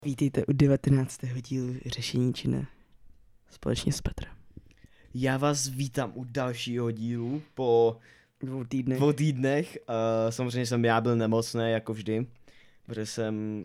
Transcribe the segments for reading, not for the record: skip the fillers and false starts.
Vítejte u 19. dílu Řešení či ne, společně s Petrem. Já vás vítám u dalšího dílu po 2 týdnech. 2 týdnech. Samozřejmě jsem já byl nemocný, jako vždy, protože jsem,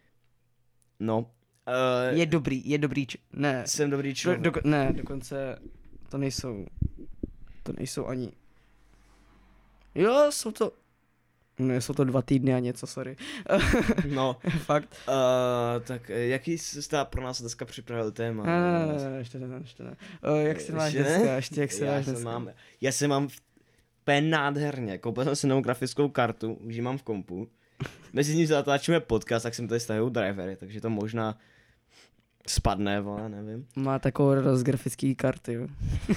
Je dobrý, ne. Jsem dobrý člověk. Dokonce to nejsou ani, jo, jsou to 2 týdny a něco, sorry. No, Fakt. tak jaký jste pro nás dneska připravil téma? Ne, ještě ne. Jak se máš dneska, jak se máš dneska? Já se mám úplně nádherně, koupil jsem si novou grafickou kartu, už ji mám v kompu. Mezi tím zatáčíme podcast, tak jsem tady stahují drivery, takže to možná spadne, vole, nevím. Má takovou radost grafický karty, jo.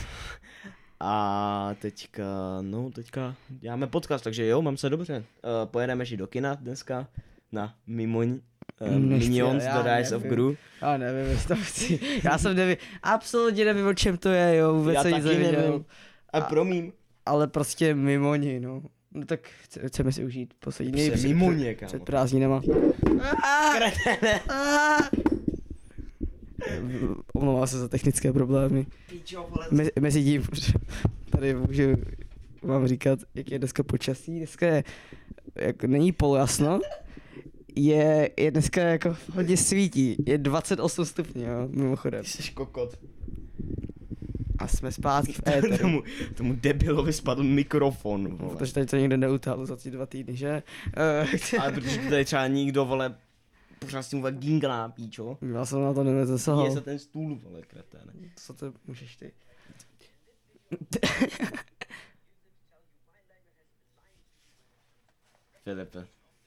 A teďka děláme podcast, takže jo, mám se dobře. Pojedeme i do kina dneska na Minions The Rise of Gru. Já nevím, jestli to chci. Absolutně nevím, o čem to je, jo, vůbec Já se nic taky neviděl. nevím. A promím. Ale prostě Mimoni, no. No tak chceme si užít poslední Mimoně, kámo. před prázdninama. Omlouvám se za technické problémy. Mezi tím tady můžu vám říkat, jak je dneska počasí. Dneska je, jako není polojasno, je dneska jako hodně svítí. Je 28 stupňů, jo, mimochodem. Ty jsi kokot. A jsme zpátky v éteru. Tomu debilovi spadl mikrofon, vole. Protože tady to někde neutáhlo za ty 2 týdny, že? Ale protože tady třeba nikdo, vole, pořád s tím vole ginglá, píčo. Já jsem na to nezasahal. Je za ten stůl, vole, kreténe. Co to můžeš ty? Filipe.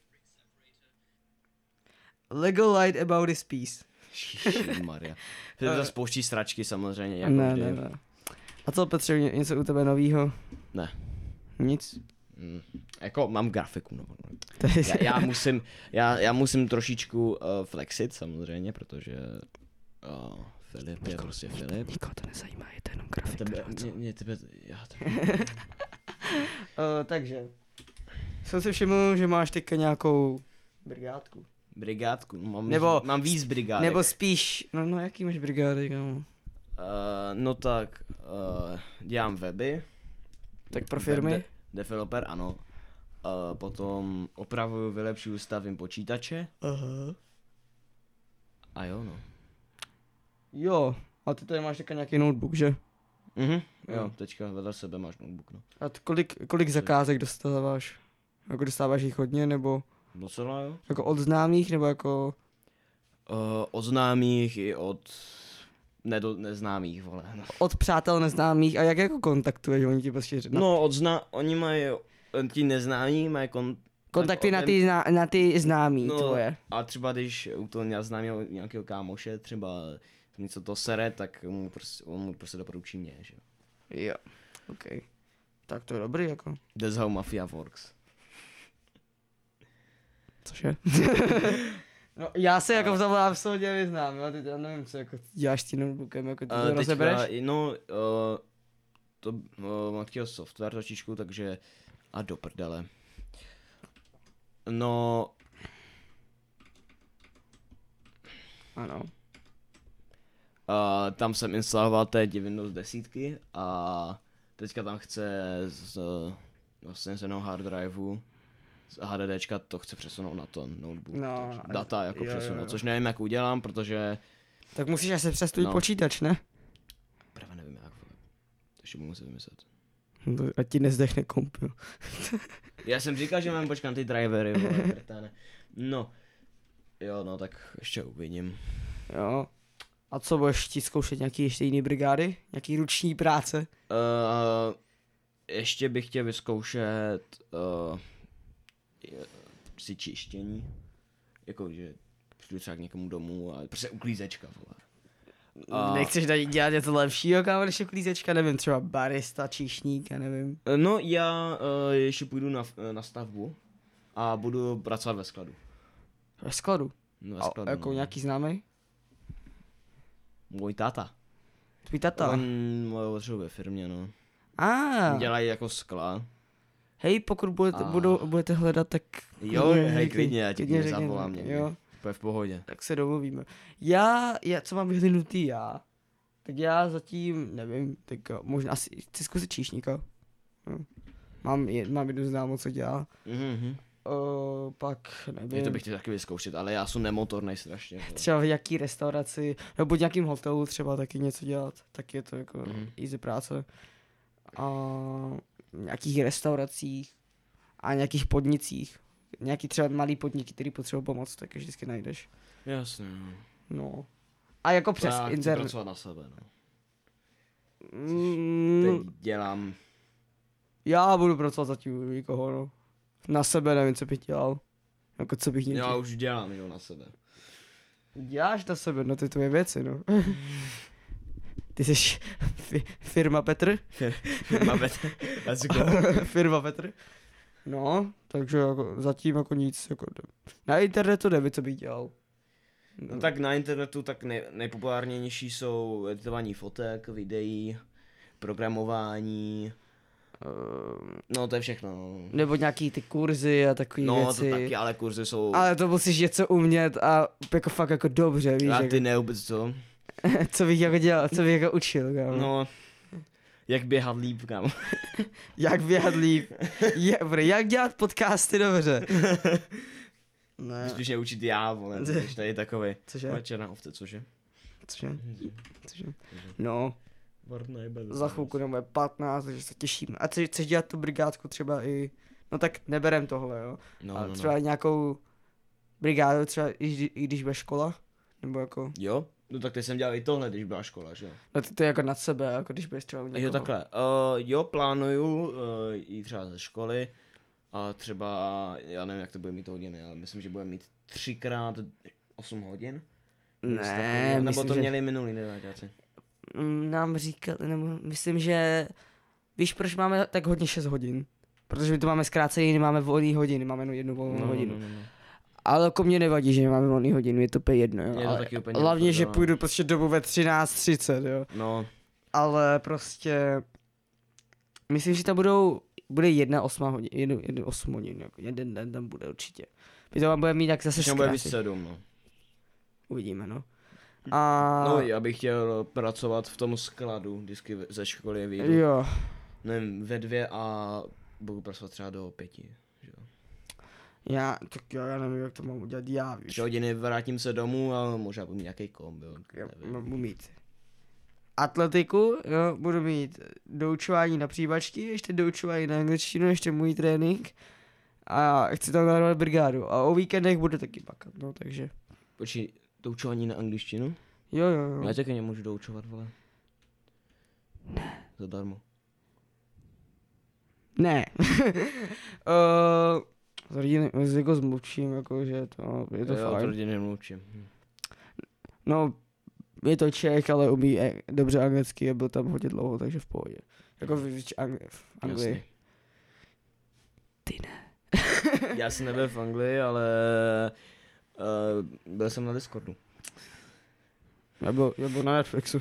Lego light about his piece. Maria. Filipe zase pouští sračky samozřejmě, jako Ne. vždy. A co, Petře, něco u tebe novýho? Ne. Nic? Jako mám grafiku, no. To je... Já musím trošičku flexit samozřejmě, takže Filip je prostě Filip. Nikoho to nezajímá, je to jenom grafika. Takže, jsem si všiml, že máš teďka nějakou brigádku. Brigádku, mám víc brigádek. Nebo spíš, no jaký máš brigády, kámo? Dělám weby. Tak pro firmy? Developer, ano. Potom opravuju, vylepšuju, stavím počítače. Aha. A jo, no. Jo, a ty tady máš teďka nějaký notebook, že? Jo, teďka vedle sebe máš notebook, no. A kolik zakázek dostáváš? Jako dostáváš jich hodně, nebo? Docela, jo. Jako od známých, nebo jako? Od známých i od neznámých, vole. No. Od přátel neznámých, a jak jako kontaktuješ, oni ti prostě Oni mají, ti neznámí mají kontakty na ty známí tvoje. A třeba když u toho známého nějakého kámoše třeba něco to sere, tak on mu prostě doporučí mě, že jo. Jo, ok. Tak to je dobrý, jako. That's how mafia works. Cože? No, já se jako v tomhle absolutně vyznám, jo, teď já nevím, co jako děláš s tím notebookem, jako ty to rozebereš? Mám takový software trošičku, takže a do prdele. No. Ano. Tam jsem instaloval teď Windows 10 a teďka tam chce vlastně z jednoho hard driveu z HDDčka to chce přesunout na to notebook, data jako přesunout, což nevím jak udělám, protože... Tak musíš asi přes tvůj počítač, ne? Právě nevím jak, to ještě budu muset vymyslet. Ať ti nezdechne komp, jo. Já jsem říkal, že mám počkat ty drivery, vole, krtáne. No, jo, no tak ještě uvidím. Jo. A co, budeš ti zkoušet nějaký ještě jiný brigády? Nějaký ruční práce? Ještě bych chtěl vyzkoušet si čištění. Jako, že přijdu třeba k někomu domů a prostě uklízečka, vole. Nechceš tady dělat něco lepšího, kámo, než uklízečka? Nevím, třeba barista, číšník, já nevím. No, já ještě půjdu na stavbu a budu pracovat ve skladu. Ve skladu? No, ve skladu, a jako nějaký známý? Můj táta. Tvůj táta? On odřel ve firmě, no. Dělají jako skla. Hej, pokud budete hledat, tak... Jo, hej, klidně, já ti zavolám někdy. Jo. To je v pohodě. Tak se domluvíme. Já co mám vyhlednutý já, tak já zatím, nevím, tak možná asi chci zkusit číšníka. Mám jednu známou, co dělá. Pak nevím. To bych chtěl taky vyzkoušet, ale já jsem nemotornej strašně. Třeba v jaký restauraci, nebo v nějakým hotelu třeba taky něco dělat, tak je to jako easy práce. A nějakých restauracích a nějakých podnicích. Nějaký třeba malý podniky, který potřebují pomoc, tak je vždycky najdeš. Jasně. No. A jako přes internet. Já pracovat na sebe, no. Teď dělám. Já budu pracovat zatím u někoho, no. Na sebe nevím, co bych dělal. Jako co bych Já už dělám jenom na sebe. Děláš na sebe, no ty tvoje věci, no. Ty jsi firma Petr? Firma Petr. Let's go. Firma Petr. No, takže jako zatím jako nic. Jako, na internetu nevím, co bych dělal. No tak na internetu tak nejpopulárnější jsou editování fotek, videí, programování. No to je všechno. Nebo nějaký ty kurzy a takové věci. No to taky, ale kurzy jsou. Ale to musíš něco umět a jako fakt jako dobře, víš. A ty jako... ne vůbec co? Co bych jako dělal, co bych jako učil, kámo. No, jak běhat líp, kámo. Jak běhat líp. Jak dělat podcasty dobře. Ne. Spíš neučit já, vole, když tady takovej. Cože? Černá ovce, cože? Cože? No. Za chvilku nebo je 15, takže se těším. A chceš dělat tu brigádku třeba i, no tak neberem tohle, jo. A třeba nějakou brigádu, třeba i když bude škola, nebo jako. Jo? No tak teď jsem dělal i tohle, když byla škola, že jo? No to je jako nad sebe, jako když budeš třeba u někoho. Jo takhle, jo plánuju jít třeba ze školy a třeba, já nevím jak to bude mít hodiny, ale myslím, že bude mít 3x8 hodin. Ne, nebo to měli minulý nedáťáci. Nám říkali, nebo myslím, že víš proč máme tak hodně 6 hodin? Protože my to máme zkrácený, nemáme volný hodiny, máme jenom jednu volnou hodinu. No. Ale jako mě nevadí, že nemáme volný hodinu, je to úplně jedno, jo. Je to taky úplně hlavně, že půjdu prostě domů ve 13:30, jo. No. Ale prostě, myslím, že tam bude 1/8 hodin, 1/8 hodin, jako jeden den tam bude určitě. My to budeme mít tak zase zkrátit. Bude víc 7, no. Uvidíme, no. No, já bych chtěl pracovat v tom skladu, vždycky ze školy vyjdu. Jo. Nevím, ve 2 a budu pracovat třeba do 5, že jo. Já nevím, jak to mám udělat, já víš. 3 hodiny vrátím se domů a možná budu mít nějaký komb, jo. Budu mít atletiku, jo, budu mít doučování na příbačky, ještě doučování na angličtinu, ještě můj trénink a chci tam narvat brigádu a o víkendech budu taky bakat, no, takže. Počkej, doučování na angličtinu? Jo. Já taky nemůžu doučovat, vole. Ne. Zadarmo. Ne. Z rodiny jako zmluvčím, jakože je to fajn. Jo, z rodiny mluvčím. No, je to Čech, ale umí dobře anglicky a byl tam hodně dlouho, takže v pohodě. Jako v Anglii. Jasně. Ty ne. Já jsem nebyl v Anglii, ale byl jsem na Discordu. Já byl na Netflixu.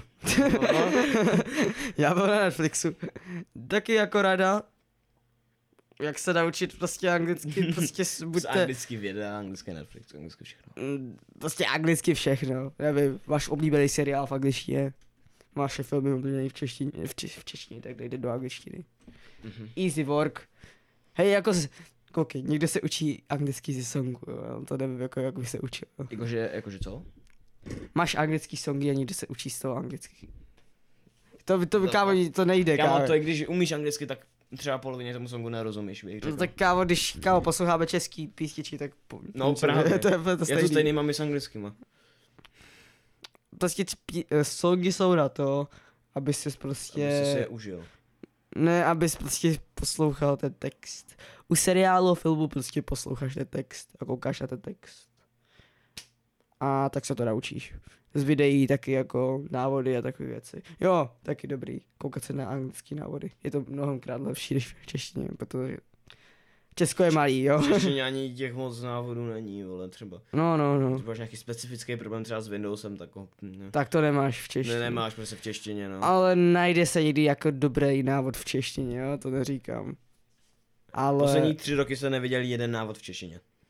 Já byl na Netflixu. Taky jako rada, jak se naučit prostě anglicky, prostě buďte... Anglicky věda, anglicky Netflix, anglicky všechno. Prostě anglicky všechno, nevím, váš oblíbený seriál v angličtině, vaše filmy oblíbený v češtině, v češtině, tak dejte do angličtiny. Easy work. Hej, jako koukej, někdo se učí anglicky ze songu, jo, to nevím, jako jak by se učil. Jakože co? Máš anglický songy a někdo se učí z toho anglicky. Kámo, to nejde, kámo. To je, když umíš anglicky, tak třeba polovině tomu songu nerozumíš, víš. No tak kámo, když posloucháme český písničky, tak... No právě, to je to já to stejný mám i s anglickýma. Prostě songy jsou na to, aby ses prostě... Aby si je užil. Ne, abys prostě poslouchal ten text. U seriálu a filmu prostě posloucháš ten text a koukáš na ten text. A tak se to naučíš. Z videí taky jako návody a takové věci. Jo, taky dobrý. Koukat se na anglické návody. Je to mnohokrát lepší než v češtině, protože Česko je malý, jo. V češtině ani těch moc návodů není, vole, třeba. No. Když máš nějaký specifický problém třeba s Windowsem, tak ne. Tak to nemáš v češtině. Nemáš prostě v češtině, no. Ale najde se někdy jako dobrý návod v češtině, jo, to neříkám. Ale... Poslední 3 roky jsem neviděl jeden návod v češtině.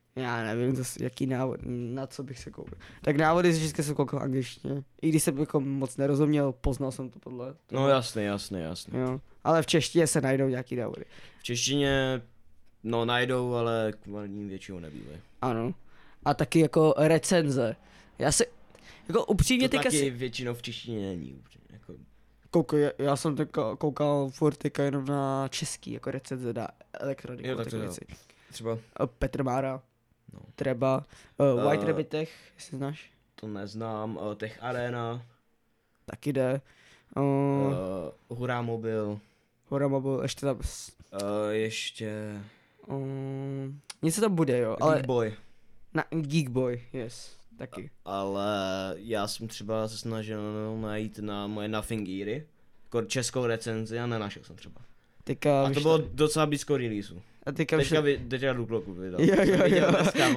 Já nevím, jaký návod, na co bych se koukal. Tak návody z České jsem koukal angličtině. I když jsem jako moc nerozuměl, poznal jsem to podle toho. No jasně. Jo. Ale v češtině se najdou nějaký návody. V češtině, no najdou, ale kvalitní většinou nebývají. Ano. A taky jako recenze. Já se, jako upřímně to teďka taky většinou v češtině není upřímně. Jako... Já jsem koukal furt teďka jenom na český, jako recenze na elektroniku. Jo, tak to věci. Třeba? Petr Mára. No. Třeba White Rabbitech, jestli znáš. To neznám, Tech Arena. Taky jde. Hurá Mobil. Hora Mobile, ještě tam... Ještě... něco tam bude, jo, ale... Geekboy. Geekboy, yes, taky. Ale já jsem třeba se snažil najít na moje Nothing Eerie, jako českou recenzi a nenašel jsem třeba. Teďka a to bylo docela blízko releaseu. A teďka Dukloku vydal. Jo.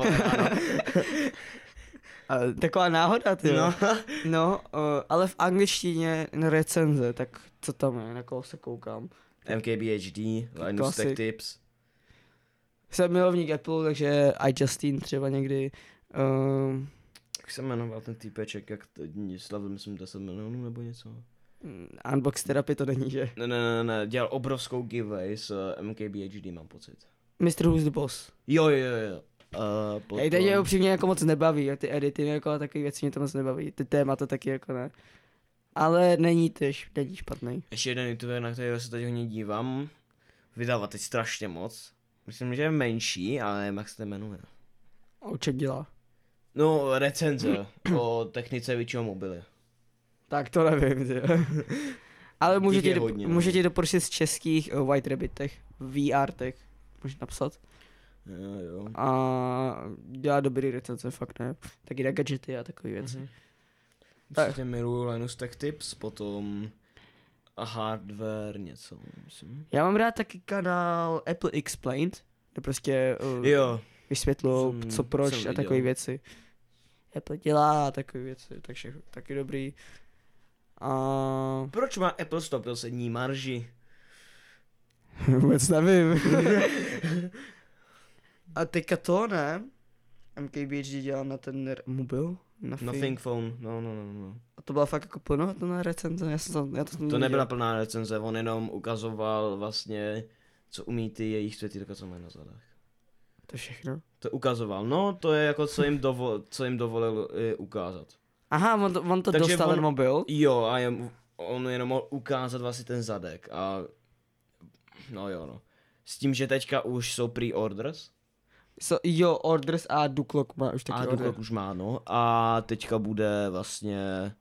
Taková náhoda, ty. No, ale v angličtině recenze, tak co tam je, na koho se koukám. MKBHD, Linus Tech Tips. Jsem milovník Apple, takže iJustine třeba někdy. Jak se jmenoval ten týpeček, jak slavil, myslím, 10 milionů nebo něco? Unbox Therapy to není, že? Ne, dělal obrovskou giveaway s MKBHD, mám pocit. Mr. Who's the Boss. Jo. Potom... Teď mě upřímně jako moc nebaví, ty edity jako a takové věci mě to moc nebaví, ty témata taky jako ne. Ale není špatný. Ještě jeden youtuber, na kterého se teď hodně dívám, vydává teď strašně moc. Myslím, že je menší, ale nevím, jak se to jmenuje. A o čem dělá? No, recenze o technice většího mobily. Tak to nevím, ty. Ale můžu ti doporučit z českých White Rabbitech, VR-tech, můžu napsat. Jo. A dělá dobrý recenze, fakt ne. Taky na gadgety a takové věci. Určitě miluju Linus Tech Tips, potom a hardware něco, myslím. Já mám rád taky kanál Apple Explained, kde prostě vysvětlou, co proč a takové věci. Apple dělá a takové věci, takže taky dobrý. A... Proč má Apple 100% marži? Vůbec nevím. A teďka to ne? MKBHD dělal na ten mobil? Nothing Phone, no. A to byla fakt jako plnohodnotná recenze? To nebyla plná recenze, on jenom ukazoval vlastně, co umí ty jejich světýlka, co mají na zadách. To všechno? To ukazoval, no to je jako co jim dovolil ukázat. Aha, on to takže dostal ten mobil? Jo, a on jenom mohl ukázat vlastně ten zadek a no. S tím, že teďka už jsou pre-orders. Orders a Duklok má už taky order. A Duklok už má, no. A teďka bude vlastně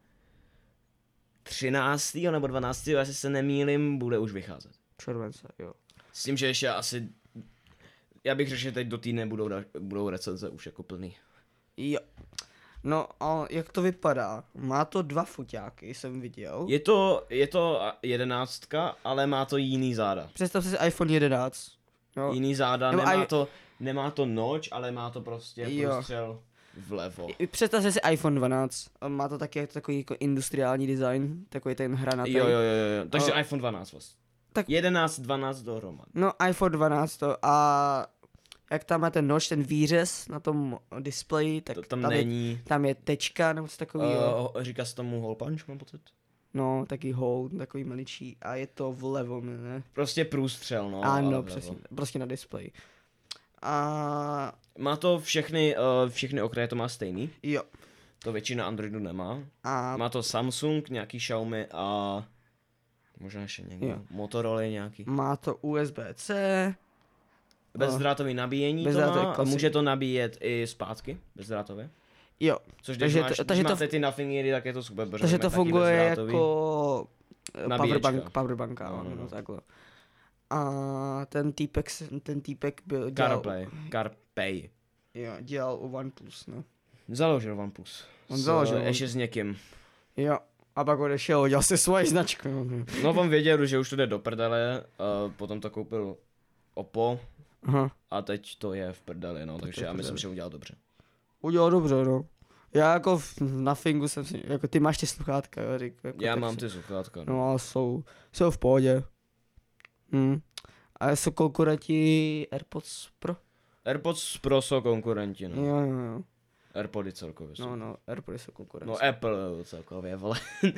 13. nebo 12. jestli se nemýlim, bude už vycházet. Července, jo. S tím, že ještě asi, já bych řekl, že teď do týdne budou recenze už jako plný. Jo. No a jak to vypadá? Má to 2 foťáky, jsem viděl. Je to 11, ale má to jiný záda. Představ si iPhone 11. No. Jiný záda, nemá to noč, ale má to prostě prostřel vlevo. Představ si iPhone 12, má to taky takový jako industriální design, takový ten hranatý. Jo, takže iPhone 12 vlastně. Tak 11, 12 dohromady. No iPhone 12 to a jak tam má ten noč, ten výřez na tom displeji, tak to tam není. Tam je tečka nebo co takového. Říká se tomu hole punch, mám pocit. No, taky hole, takový maličí a je to vlevo, ne? Prostě průstřel, no. Ano, přesně, prostě na displeji. A... Má to všechny okraje, to má stejný. Jo. To většina Androidu nemá. A... Má to Samsung, nějaký Xiaomi a možná ještě někdo. Motorola nějaký. Má to USB-C. Bezdrátový nabíjení to má a může to nabíjet i zpátky, bezdrátově. Jo. Což když máte ty Nothing Eerie, tak je to super. Takže to funguje jako powerbanka, no takhle. A ten týpek byl dělal... CarPlay. Jo, dělal u OnePlus, no. Založil OnePlus. Ještě s někým. Jo, a pak odešel, dělal si svoji značku. No on věděl, že už to jde do prdele, potom to koupil Oppo. Aha. A teď to je v prdeli, no, takže já myslím, že udělal dobře. Udělal dobře, no. Já jako v Nothingu jsem si, jako ty máš ty sluchátka, jo, jako já mám ty sluchátka, no. No a jsou v pohodě. A jsou konkurenti AirPods Pro? AirPods Pro jsou konkurenti, no. Jo. AirPody celkově jsou. No, AirPody jsou konkurence. No Apple celkově, vole.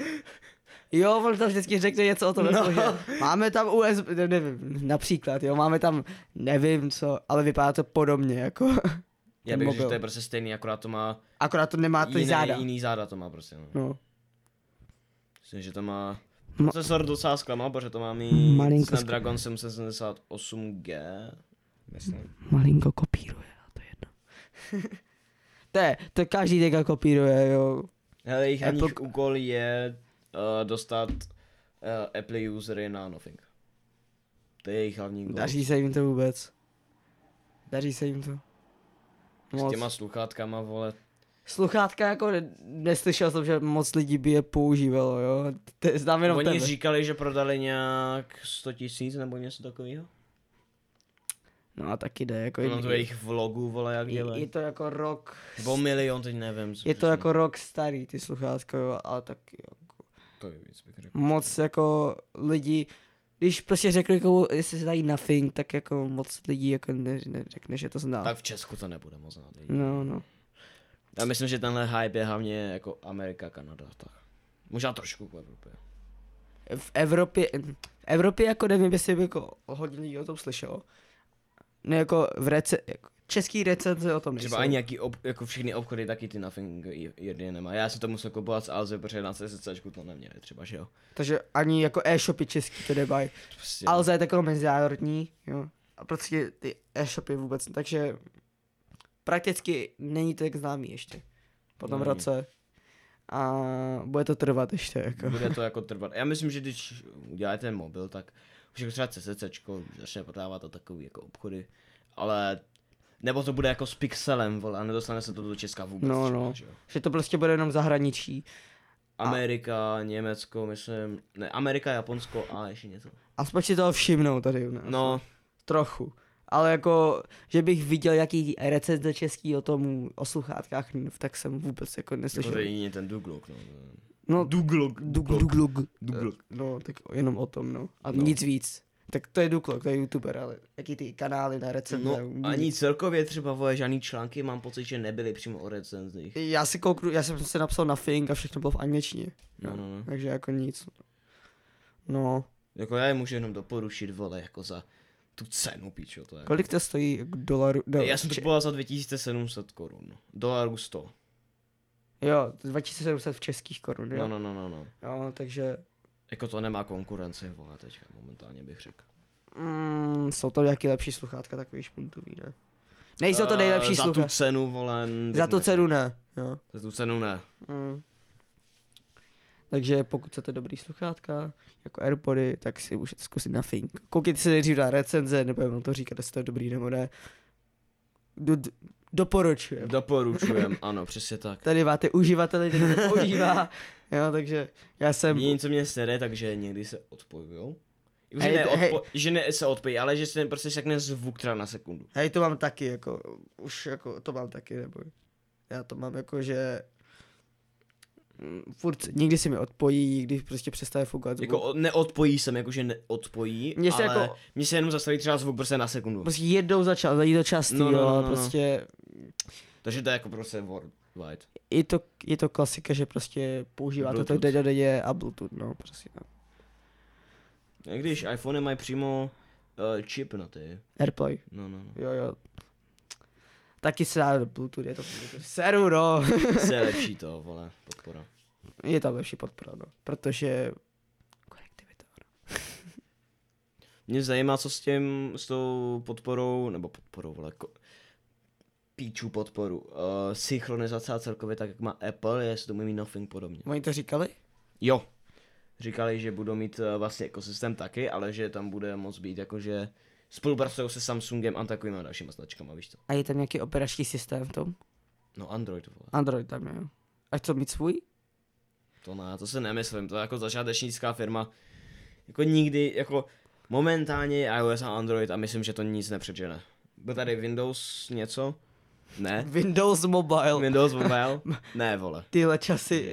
Jo, on tam vždycky řekne něco o tom, že máme tam USB, nevím, například, jo, máme tam, nevím co, ale vypadá to podobně, jako. Já bych řekl, že to je prostě stejný, akorát to nemá ty záda. Jiný záda to má prostě, no. No. Myslím, že to má procesor docela zklamal, protože to má mít Snapdragon 778G, myslím. Malinko kopíruje, to je jedno. to každý teďka kopíruje, jo. Hele, jejich hlavní úkol je dostat Apple usery na Nothing. To je jejich hlavní úkol. Daří se jim to vůbec. Daří se jim to. S těma sluchátkama, vole. Sluchátka jako neslyšel jsem, že moc lidí by je používalo, jo. Znám jenom Oni tebe. říkali, že prodali nějak 100 000 nebo něco takového. No a taky jde, jako to jejich vlogu, vole, jak dělají. Je to jako rok. 2 milion, teď nevím. Je to jako rok starý, ty sluchátka, jo, ale taky jako. To je víc, bych řekl. Moc jako lidi, když prostě řekli, jako, jestli se dají Nothing, tak jako moc lidí jako neřekne, že to zná. Tak v Česku to nebude moc znát. No. Já myslím, že tenhle hype je hlavně jako Amerika, Kanada, tak. Možná trošku v Evropě. V Evropě jako nevím, jestli by jako hodně lidí o tom slyšelo. Ne jako jako český recenze o tom nejsou. Třeba ani nějaký jako všechny obchody taky ty Nothing jedně nemá. Já si to musel kupovat z Alze, protože na CSCčku to neměli třeba, že jo. Takže ani jako e-shopy český to nemají. Prostě Alza je takový mezinárodní, jo. A prostě ty e-shopy vůbec, takže prakticky není to tak známý ještě. Po tom roce. A bude to trvat ještě jako. Bude to jako trvat. Já myslím, že když uděláte mobil, tak už jako třeba CCčko začne prodávat a takový jako obchody. Ale nebo to bude jako s Pixelem, vole, a nedostane se to do Česka vůbec. No. Že to prostě bude jenom zahraničí. Amerika, Německo, myslím, ne, Amerika, Japonsko a ještě něco. Aspoň si toho všimnou tady u nás. No. Trochu. Ale jako, že bych viděl jaký recenze český o sluchátkách, tak jsem vůbec jako neslyšel. To je jiný ten Duglok, no. No, Duglok. No, tak jenom o tom, no. A nic víc. Tak to je Duglok, to je youtuber, ale jaký ty kanály na recenze. No, ani celkově třeba, vole, žádný články, mám pocit, že nebyly přímo o recenzích. Já jsem si napsal Nothing a všechno bylo v angličtině. No. Takže jako nic. No. Jako já je můžu jenom doporučit, vole, jako za tu cenu, píčo, to je. Kolik to stojí dolarů? Já jsem to kupoval za 2700 korun. Dolarů 100. Jo, 2700 v českých korun, jo? No. Jo, takže. Jako to nemá konkurenci, vole, teďka momentálně bych řekl. Jsou to nějaký lepší sluchátka, takový špuntový, ne? Nejsou to nejlepší sluchátka. Za tu cenu, vole. Za tu cenu ne, jo. Za tu cenu ne. Takže pokud chcete dobrý sluchátka, jako AirPody, tak si můžete zkusit Nothing. Koukejte se nejdřív na recenze, nebudeme vám to říkat, jestli to je dobrý nebo ne. Doporučujem, ano, přesně tak. Tady máte uživatele, který to používá, jo, takže já jsem. Jediné, co mě sere, takže někdy se odpojujou. Že ne se odpojí, ale že se prostě sekne zvuk třeba na sekundu. Hej, to mám taky, jako, už jako, to mám taky, neboj. Já to mám jako, že furt někdy se mi odpojí, když prostě přestane fungovat zvuk. Jako neodpojí se, jakože neodpojí, ale mně se jenom zastaví třeba zvuk prostě na sekundu. Prostě jednou za čas, je to častý, prostě. Takže to je jako prostě worldwide. Je to klasika, že prostě používáte to denně a Bluetooth, no, prostě. Jak když iPhone mají přímo čip na ty. AirPlay. No. Jo. Taky se dá do Bluetooth, je to seru, no. Se je lepší to, vole, podpora. Je tam lepší podpora, no, protože konektivita, no. Mě zajímá, co s tou podporou, vole, píču podporu, synchronizace a celkově tak, jak má Apple, jestli to může mít Nothing podobně. Oni to říkali? Jo. Říkali, že budou mít vlastně ekosystém taky, ale že tam bude moc být jakože spolupracují se Samsungem a takovýma dalšíma značkama, víš co? A je tam nějaký operační systém v tom? No Android, vole. Android tam je, jo. A chce mít svůj? To ne, to si nemyslím, to je jako začátečnická firma. Jako nikdy, jako momentálně je iOS a Android a myslím, že to nic nepředžene. Byl tady Windows něco? Ne. Windows Mobile. Ne, vole. Tyhle časy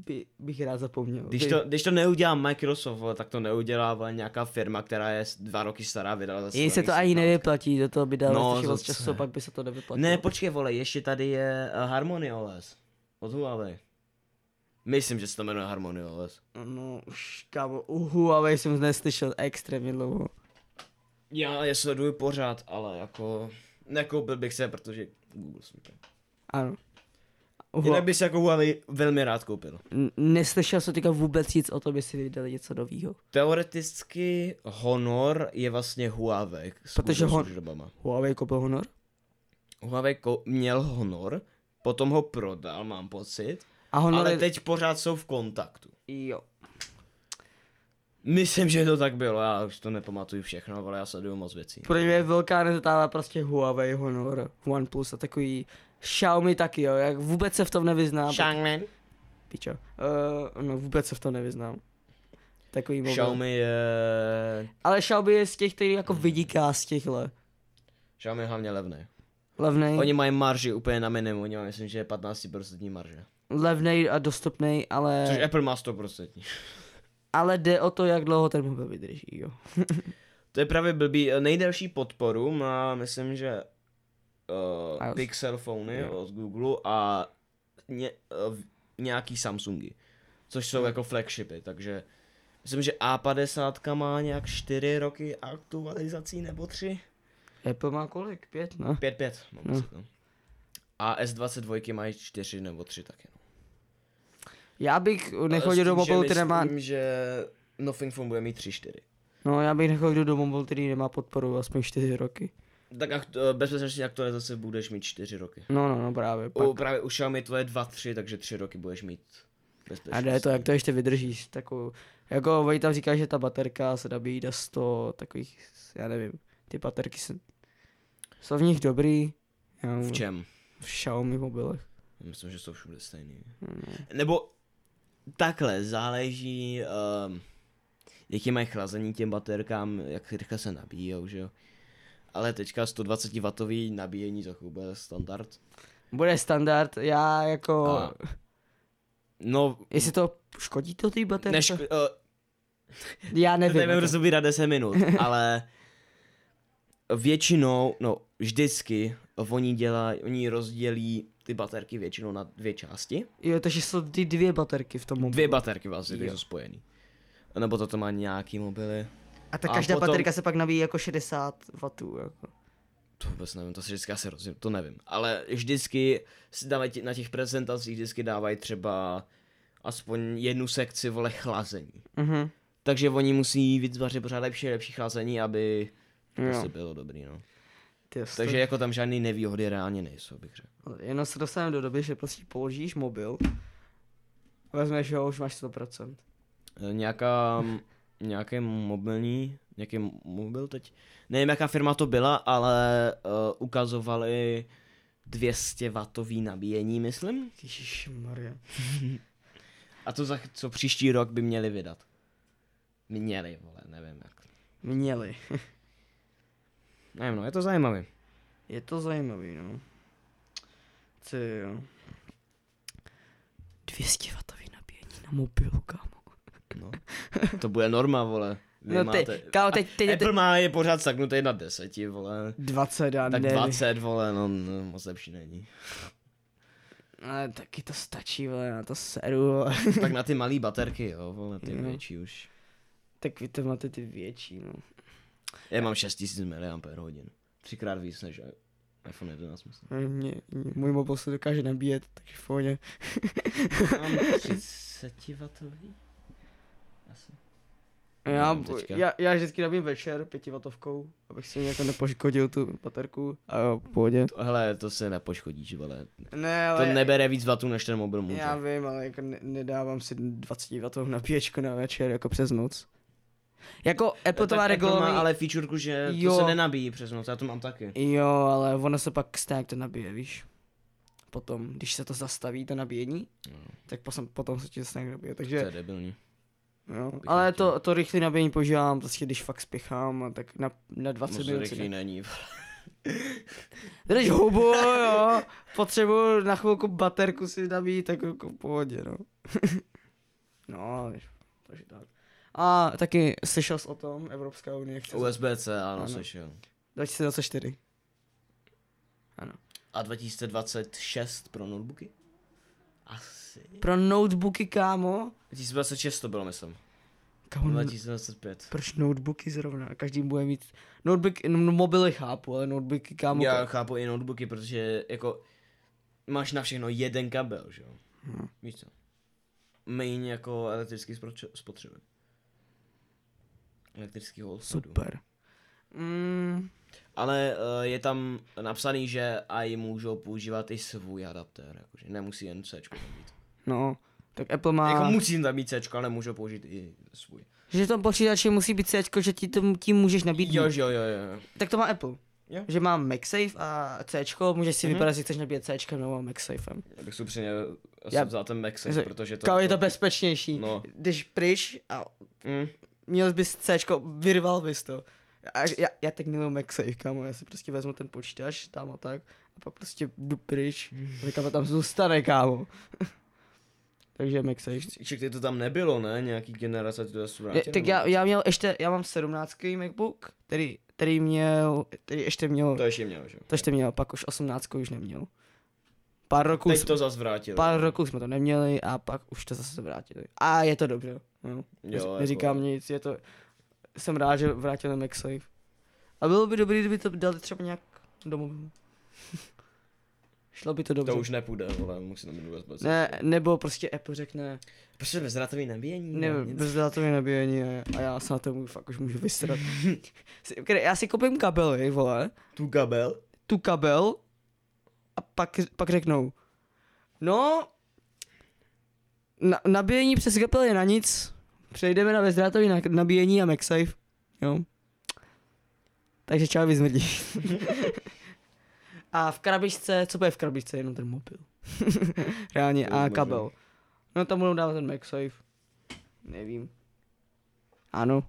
bych rád zapomněl. Když to neudělá Microsoft, vole, tak to neudělá vole, nějaká firma, která je 2 roky stará, vydala za Jen se to ani nevyplatí, do toho by dalo moc času, pak by se to nevyplatilo. Ne, počkej vole, ještě tady je Harmony OS od Huawei. Myslím, že se to jmenuje Harmony OS. No už kámo, u Huawei jsem neslyšel extrémně dlouho. Já je sleduju pořád, ale jako nekoupil bych se, protože Google smípe. Ano. Jinak bys jako Huawei velmi rád koupil. Neslyšel jsem teďka vůbec nic o tom, jestli vydali něco novýho. Teoreticky Honor je vlastně Huawei. Protože Huawei koupil Honor? Huawei měl Honor, potom ho prodal, mám pocit. Ale teď pořád jsou v kontaktu. Jo. Myslím, že to tak bylo, já už to nepamatuju všechno, ale já sleduju moc věcí. Pro mě je velká nezatává prostě Huawei, Honor, OnePlus a takový Xiaomi taky jo, jak vůbec se v tom nevyznám. Xiaomi. Pičo. No vůbec se v tom nevyznám. Takový mobil. Xiaomi je... Ale Xiaomi je z těch, který jako vydiká z těchhle. Xiaomi je hlavně levný. Levnej. Oni mají marži úplně na minimum, oni mají myslím, že je 15% marže. Levnej a dostupnej, ale... Což Apple má 100%. Ale jde o to, jak dlouho ten mobil vydrží, jo. To je právě blbý. Nejdelší podporu má, myslím, že Pixel phony od Google a nějaký Samsungy, což jsou jako flagshipy, takže myslím, že A50 má nějak 4 roky aktualizací nebo 3. Apple má kolik? 5, no? 5, mám pocit, no. A S22 mají 4 nebo 3 taky, no. Já bych nechodil do mobilu, který nemá... Myslím, že Nothing Phone bude mít 3-4. No, já bych nechodil do mobilu, který nemá podporu aspoň 4 roky. Tak bezpečnostní aktualizace budeš mít 4 roky. No, právě. Právě u Xiaomi to je 2-3, takže 3 roky budeš mít bezpečnost. A jde to, jak to ještě vydržíš, takovou... Jako Vojta říká, že ta baterka se nabíjí do 100 takových, já nevím, ty baterky jsou v nich dobrý. V čem? V Xiaomi mobilech. Myslím, že jsou všude stejný. Nebo takhle, záleží, jaký mají chlazení těm baterkám, jak rychle se nabíjou, že jo. Ale teďka 120W nabíjení za chvíli bude standard. Bude standard, já jako... No... Jestli to škodí to té baterce? Já nevím. Nevím rozubírat 10 minut, ale většinou, no vždycky, oni rozdělí ty baterky většinou na 2 části. Jo, takže jsou ty 2 baterky v tom mobilu. 2 baterky vlastně, jsou spojený. Nebo to má nějaký mobily. A ta každá baterka se pak nabíjí jako 60 W. Jako. To vůbec nevím, to se vždycky asi rozumím, to nevím. Ale vždycky na těch prezentacích vždycky dávají třeba aspoň jednu sekci, vole, chlazení. Takže oni musí vytvořit pořád lepší chlazení, aby prostě bylo dobrý, no. Takže jako tam žádný nevýhody reálně nejsou, bych řekl. Jenom se dostaneme do doby, že prostě položíš mobil, vezmeš ho, už máš 100%. Nějaký mobil teď, nevím jaká firma to byla, ale ukazovali 200W nabíjení, myslím. Ježišmarja. A to za co příští rok by měli vydat. Měli, vole, nevím jak. Měli. Nevím, no, je to zajímavý. Je to zajímavý, no. Ty jo. 200W nabíjení na mobilu, kámo. No, to bude norma, vole. No kámo, teď Apple má je pořád saknutý na 10, vole. 20, já tak nevím. 20, vole, no moc lepší není. Ale taky to stačí, vole, na to seru, vole. Tak na ty malý baterky, jo, vole, ty větší už. Tak vy to máte ty větší, no. Já mám 6000 mAh. 3x víc než iPhone 11, myslím. Můj mobil se dokáže nabíjet, takže v pohodě. Mám 30W. Asi. Já vždycky nabím večer 5W, abych si nějak nepoškodil tu baterku a jo, v pohodě. Hele, to se nepoškodíš, vole. Ne, ale... To nebere víc vatů, než ten mobil může. Já vím, ale jako nedávám si 20W nabíječku na večer, jako přes noc. Jako Apple to má regulovaný... má ale featurku, že to se nenabíjí přes noc, já to mám taky. Jo, ale ono se pak stejně to nabíje, víš. Potom, když se to zastaví, to nabíjení, tak potom se ti to stejně nabíje, takže... To je debilní. Jo, ale to rychlé nabíjení používám, prostě když fakt spěchám, tak na 20 minut. Moc rychlý není. Jdeš hubu, jo, potřebuji na chvilku baterku si nabít, tak jako v pohodě, no. No, takže tak. A taky slyšel jsi o tom, Evropská unie chce... USB-C, ano, slyšel. 2024. Ano. A 2026 pro notebooky? Asi. Pro notebooky, kámo? 2026 to bylo, myslím. Kámo, 2025. Proč notebooky zrovna? Každý bude mít... Notebook, mobily chápu, ale notebooky, kámo... Já chápu i notebooky, protože jako... Máš na všechno jeden kabel, že jo? Víš co? Main jako elektrický spotřeby. Elektrickýho odpadu. Super. Ale je tam napsaný, že AI můžou používat i svůj adaptér, jakože nemusí jen C tam být. No, tak Apple má... Jako musí tam být C, ale můžou použít i svůj. Že v tom počítači musí být C, že tím můžeš nabít. Jo. Tak to má Apple. Jo. Že má MagSafe a C, můžeš si vybrat, jestli chceš nabít C nebo MagSafem. Já bych si upřímně vzal ten MagSafe, protože to... Je to bezpečnější. No. Když pryč a měl bys C, vyrval bys to. Já tak miluji MagSafe, kámo, já si prostě vezmu ten počítač tam a tak a pak prostě jdu pryč a říkám, tam zůstane, kámo. Takže MagSafe. Ček, ty to tam nebylo, ne? Nějaký generace to zase vrátilo. Tak já mám 17. MacBook, který ještě měl. To ještě měl, že? To ještě měl, pak už 18 už neměl. Pár roků. Teď to zase vrátili. Pár roků jsme to neměli a pak už to zase vrátili. A je to dobře. No. Neříkám jako... nic, je to... Jsem rád, že vrátili MagSafe. A bylo by dobrý, kdyby to dali třeba nějak do mobilu. Šlo by to dobře. To už nepůjde, ale musí tam být USB-C. Ne, nebo prostě Apple řekne... Prostě bezdrátový nabíjení. Ne, bezdrátový nabíjení a já se na to fakt už můžu vystrat. Já si koupím kabely, vole. Tu kabel a pak řeknou. No, nabíjení přes kabel je na nic. Přejdeme na bezdrátový nabíjení a MagSafe. Jo. Takže čau, vyzmrdí. A v krabičce, co bude v krabičce? Jenom ten mobil. Reálně, a kabel. No tam budou dávat ten MagSafe. Nevím. Ano.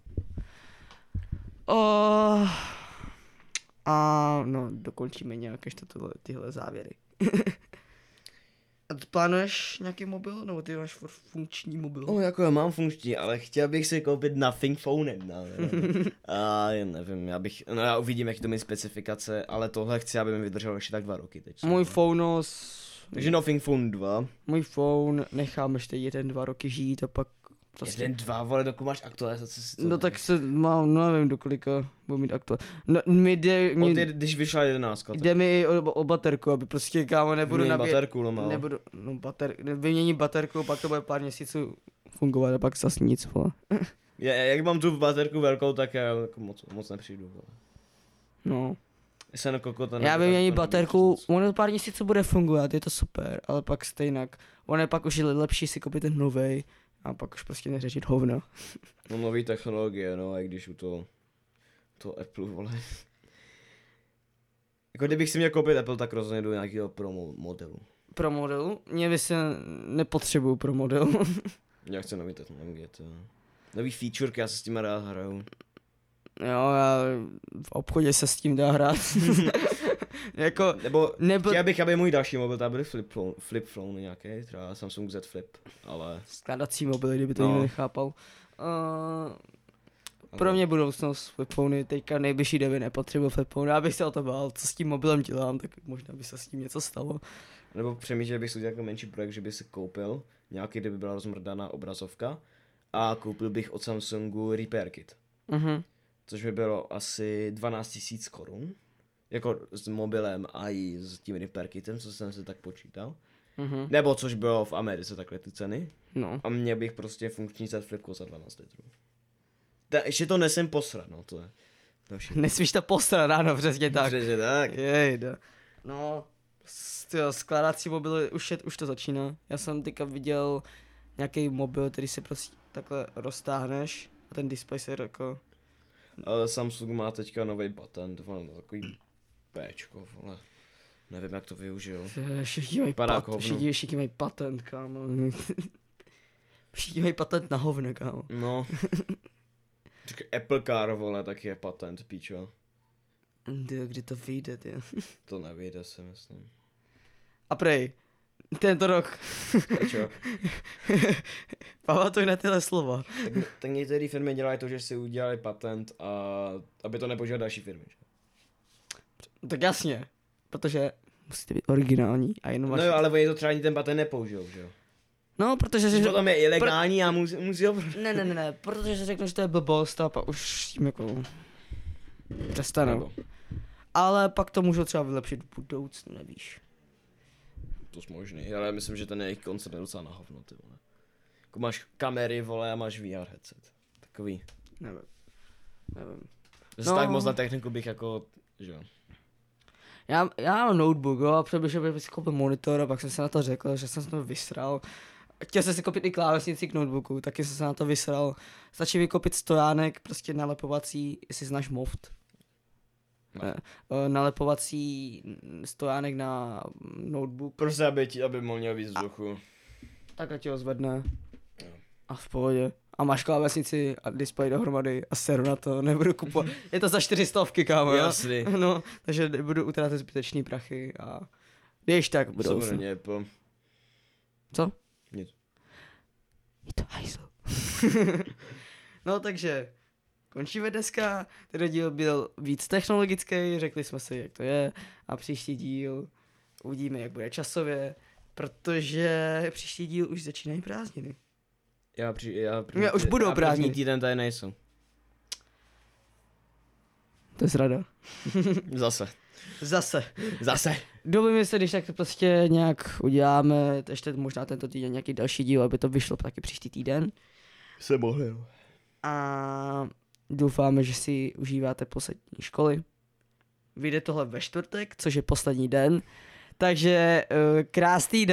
A no, dokončíme nějak ještě tyhle závěry. A ty plánuješ nějaký mobil? Nebo ty máš funkční mobil? No jako já mám funkční, ale chtěl bych si koupit Nothing Phone 1. A já nevím, já uvidím, jaký to má specifikace, ale tohle chci, aby mi vydrželo ještě tak 2 roky teď. Můj phone Takže Nothing Phone 2. Můj phone nechám ještě 1-2 roky žít a pak prostě... 1-2, vole, dokud máš aktualizace. No tak se mám, no nevím, do kolika budu mít aktualizace. No, když vyšla 11. Jde mi i o baterku, aby prostě, kámo, nebudu nabíjet. Baterku, no. Nebudu, vyměním baterku, pak to bude pár měsíců fungovat a pak zase nic, vole. Jak mám tu baterku velkou, tak já jako moc nepřijdu, vole. No. Já vyměním baterku, ono pár měsíců bude fungovat, je to super, ale pak stejnak. Ono je pak už lepší si koupit ten novej. A pak už prostě neřešit hovno. No nový technologie, no, a i když u to Apple, vole. Jako kdybych si měl koupit Apple, tak rozhodně jdu nějakého pro modelu. Pro modelu? Mě by se nepotřebuju pro modelu. Já chci nový technologie, to. Nový featurky, já se s tím rád hraju. Jo, já v obchodě se s tím dá hrát. Jako, nebo chtěl bych, aby můj další mobil tam byl flip phone nějaký, třeba Samsung Z Flip, ale... Skladací mobily, kdyby to někdo nechápal. Pro mě budoucnost flip phony, teďka nejbližší době nepotřebuji flip phone, já bych se o to bál, co s tím mobilem dělám, tak možná by se s tím něco stalo. Nebo přemýšlel bych si udělal jako menší projekt, že by si koupil nějaký, kdyby byla rozmrdaná obrazovka a koupil bych od Samsungu Repair Kit. Což by bylo asi 12 000 korun. Jako s mobilem a i s tím Repair Kitem, co jsem si tak počítal. Nebo což bylo v Americe takhle ty ceny. No. A mě bych prostě funkční set flipku za 12 litrů. Ještě to nesem posrat, no to je. Nesmíš to posrat, ráno, přesně tak. Přesně tak. Jejda. No, skládací mobily, už to začíná. Já jsem teďka viděl nějaký mobil, který se prostě takhle roztáhneš a ten displej se jako... Ale Samsung má teďka nový patent, vole, takový péčko, vole. Nevím, jak to využil. Všichni mají patent, kámo. Všichni mají patent na hovno, kámo. No. Apple Car, vole, tak je patent, píčo. Kdy to vyjde, ty? To nevyjde, si myslím. A prej, Tento rok. Čo? Pamatuj na tyhle slova. Tak některé firmy dělají to, že si udělali patent a aby to nepoužívaly další firmy. Že? Tak jasně, protože musíte být originální a jenom No jo, ale oni to třeba ani ten patent nepoužijou, že jo? No, protože si... Potom je ilegální a musí ho... Ne, protože si řeknu, že to je blbost a pak už tím jako přestanou. Ale pak to můžou třeba vylepšit v budoucnu, nevíš. To je možný, ale myslím, že ten jejich koncert je docela na hovno, ty vole. Jako máš kamery, vole, a máš VR headset. Takový. Nevím. Zase tak moc na techniku bych jako, že jo. Já mám notebook, jo, a přemýšlel bych si koupil monitor a pak jsem se na to řekl, že jsem se to vysral. Chtěl jsem si koupit i klávesnici k notebooku, taky jsem se na to vysral. Stačí mi koupit stojánek, prostě nalepovací, jestli znáš Moft. No. Nalepovací stojánek na notebook. Prostě aby mohl měl víc vzduchu. Takhle ti ho zvedne. A v pohodě. A máš klávesnici a displej dohromady a seru na to, nebudu kupovat. Je to za 400, kámo, jo? Jasný. No, takže budu utrácet zbytečný prachy a když tak budou se. Co? Nic. Je to hajzl. No takže, končíme dneska, ten díl byl víc technologický, řekli jsme si, jak to je a příští díl uvidíme, jak bude časově, protože příští díl už začínají prázdniny. Já už budou prázdniny. První týden tady nejsou. To je zrada. Zase. Domluvíme se, když tak to prostě nějak uděláme, ještě možná tento týden nějaký další díl, aby to vyšlo taky příští týden. Se mohli, no. A doufáme, že si užíváte poslední školy. Vyjde tohle ve čtvrtek, což je poslední den. Takže krásný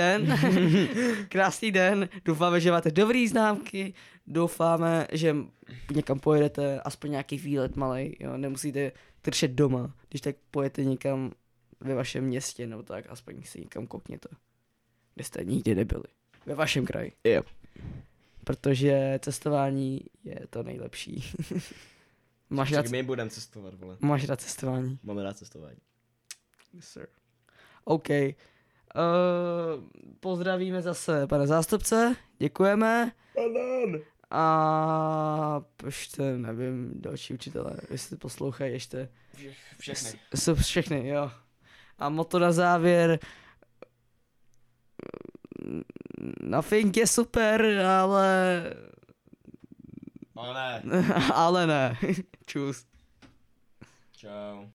den, doufáme, že máte dobrý známky, doufáme, že někam pojedete, aspoň nějaký výlet malej, jo, nemusíte trčet doma, když tak pojedete někam ve vašem městě, nebo tak, aspoň si někam koukněte, kde jste nikdy nebyli, ve vašem kraji. Yep. Protože cestování je to nejlepší. My budeme cestovat, vole. Máš rád cestování? Máme rád cestování. Yes, sir. OK. Pozdravíme zase pana zástupce, děkujeme. A ještě, nevím, další učitelé, jestli poslouchají ještě. Všechny. Jsou všechny, jo. A motto na závěr. Nothing je super, ale... Ale ne. Ale ne. Čus. Čau.